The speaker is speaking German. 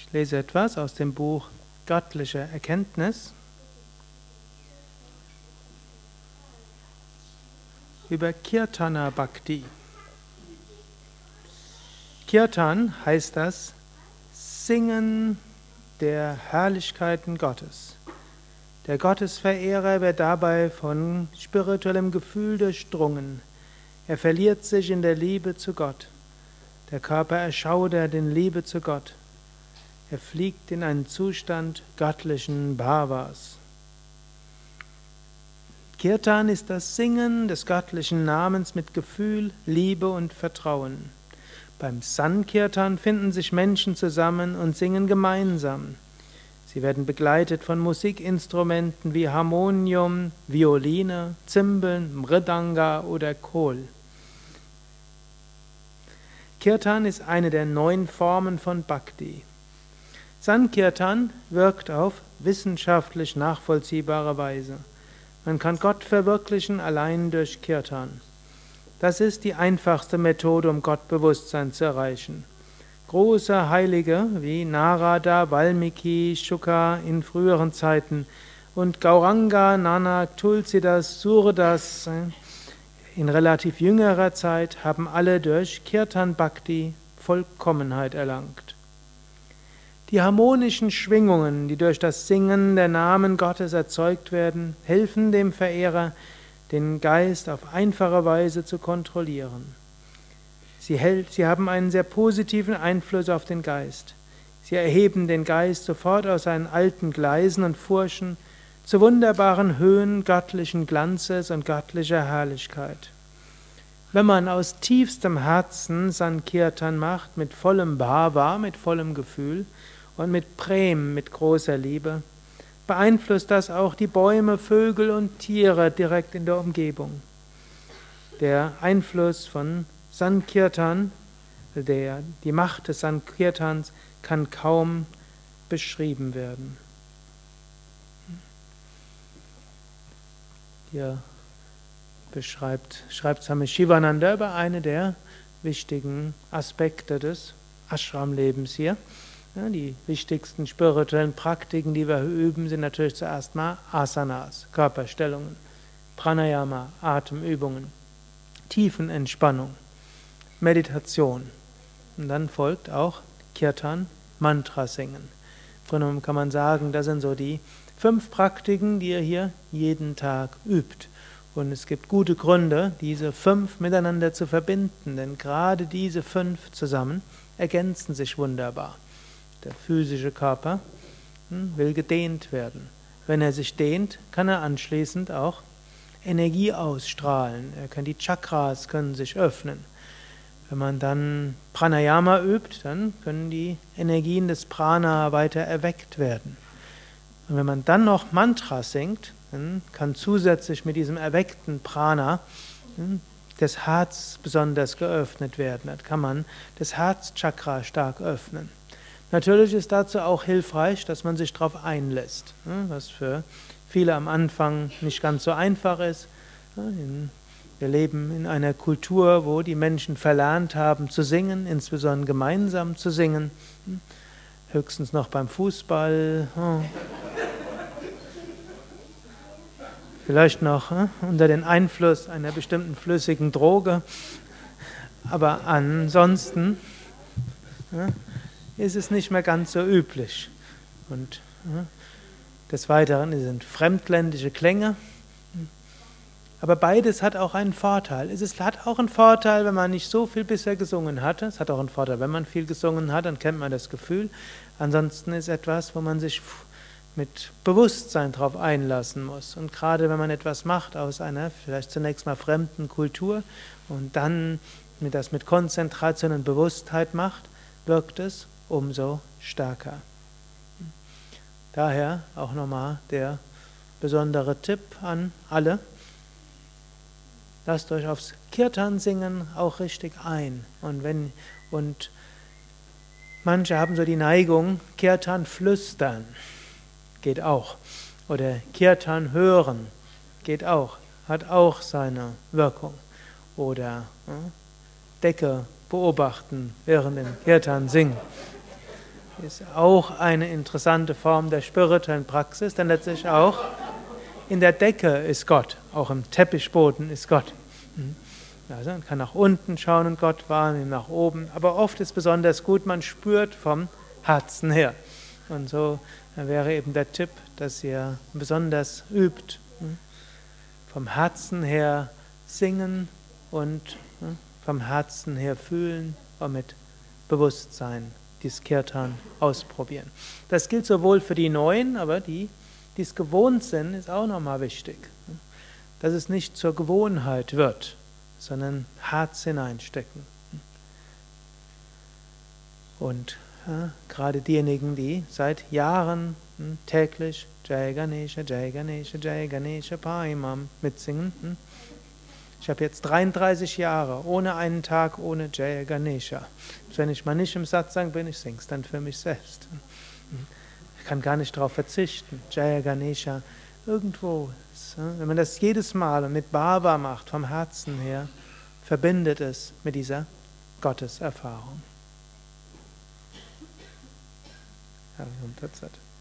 Ich lese etwas aus dem Buch Göttliche Erkenntnis über Kirtana Bhakti. Kirtan heißt das Singen der Herrlichkeiten Gottes. Der Gottesverehrer wird dabei von spirituellem Gefühl durchdrungen. Er verliert sich in der Liebe zu Gott. Der Körper erschaudert in Liebe zu Gott. Er fliegt in einen Zustand göttlichen Bhavas. Kirtan ist das Singen des göttlichen Namens mit Gefühl, Liebe und Vertrauen. Beim Sankirtan finden sich Menschen zusammen und singen gemeinsam. Sie werden begleitet von Musikinstrumenten wie Harmonium, Violine, Zimbeln, Mridanga oder Khol. Kirtan ist eine der 9 Formen von Bhakti. Sankirtan wirkt auf wissenschaftlich nachvollziehbare Weise. Man kann Gott verwirklichen allein durch Kirtan. Das ist die einfachste Methode, um Gottbewusstsein zu erreichen. Große Heilige wie Narada, Valmiki, Shuka in früheren Zeiten und Gauranga, Nanak, Tulsidas, Surdas in relativ jüngerer Zeit haben alle durch Kirtan Bhakti Vollkommenheit erlangt. Die harmonischen Schwingungen, die durch das Singen der Namen Gottes erzeugt werden, helfen dem Verehrer, den Geist auf einfache Weise zu kontrollieren. Sie haben einen sehr positiven Einfluss auf den Geist. Sie erheben den Geist sofort aus seinen alten Gleisen und Furchen zu wunderbaren Höhen göttlichen Glanzes und göttlicher Herrlichkeit. Wenn man aus tiefstem Herzen Sankirtan macht, mit vollem Bhava, mit vollem Gefühl und mit Prem, mit großer Liebe, beeinflusst das auch die Bäume, Vögel und Tiere direkt in der Umgebung. Der Einfluss von Sankirtan, die Macht des Sankirtans kann kaum beschrieben werden. Hier schreibt Swami Shivananda über eine der wichtigen Aspekte des Ashram-Lebens hier. Ja, die wichtigsten spirituellen Praktiken, die wir üben, sind natürlich zuerst mal Asanas, Körperstellungen, Pranayama, Atemübungen, Tiefenentspannung, Meditation. Und dann folgt auch Kirtan, Mantra singen. Von daher kann man sagen, das sind so die 5 Praktiken, die ihr hier jeden Tag übt. Und es gibt gute Gründe, diese 5 miteinander zu verbinden, denn gerade diese 5 zusammen ergänzen sich wunderbar. Der physische Körper will gedehnt werden. Wenn er sich dehnt, kann er anschließend auch Energie ausstrahlen. Die Chakras können sich öffnen. Wenn man dann Pranayama übt, dann können die Energien des Prana weiter erweckt werden. Und wenn man dann noch Mantra singt, dann kann zusätzlich mit diesem erweckten Prana das Herz besonders geöffnet werden. Dann kann man das Herzchakra stark öffnen. Natürlich ist dazu auch hilfreich, dass man sich darauf einlässt, was für viele am Anfang nicht ganz so einfach ist. Wir leben in einer Kultur, wo die Menschen verlernt haben zu singen, insbesondere gemeinsam zu singen. Höchstens noch beim Fußball. Vielleicht noch unter den Einfluss einer bestimmten flüssigen Droge. Aber ansonsten ist es nicht mehr ganz so üblich. Und des Weiteren sind fremdländische Klänge. Aber beides hat auch einen Vorteil. Es hat auch einen Vorteil, wenn man nicht so viel bisher gesungen hatte. Es hat auch einen Vorteil, wenn man viel gesungen hat, dann kennt man das Gefühl. Ansonsten ist etwas, wo man sich mit Bewusstsein darauf einlassen muss. Und gerade wenn man etwas macht aus einer vielleicht zunächst mal fremden Kultur und dann das mit Konzentration und Bewusstheit macht, wirkt es umso stärker. Daher auch nochmal der besondere Tipp an alle. Lasst euch aufs Kirtan singen auch richtig ein. Und manche haben so die Neigung, Kirtan flüstern. Geht auch. Oder Kirtan hören. Geht auch. Hat auch seine Wirkung. Oder Decke beobachten, während den Kirtan singen. ist auch eine interessante Form der spirituellen Praxis, denn letztlich auch in der Decke ist Gott, auch im Teppichboden ist Gott. Also man kann nach unten schauen und Gott wahrnehmen, nach oben, aber oft ist besonders gut, man spürt vom Herzen her. Und so wäre eben der Tipp, dass ihr besonders übt, vom Herzen her singen und vom Herzen her fühlen und mit Bewusstsein dieses Kirtan ausprobieren. Das gilt sowohl für die Neuen, aber die es gewohnt sind, ist auch nochmal wichtig. Dass es nicht zur Gewohnheit wird, sondern Herz hineinstecken. Und gerade diejenigen, die seit Jahren täglich Jai Ganesha, Jai Ganesha, Jai Ganesha Paimam mitsingen. Ich habe jetzt 33 Jahre, ohne einen Tag ohne Jai Ganesha. Wenn ich mal nicht im Satsang bin, ich singe es dann für mich selbst. Ich kann gar nicht darauf verzichten. Jai Ganesha, irgendwo. Wenn man das jedes Mal und mit Bhava macht, vom Herzen her, verbindet es mit dieser Gotteserfahrung. Ja,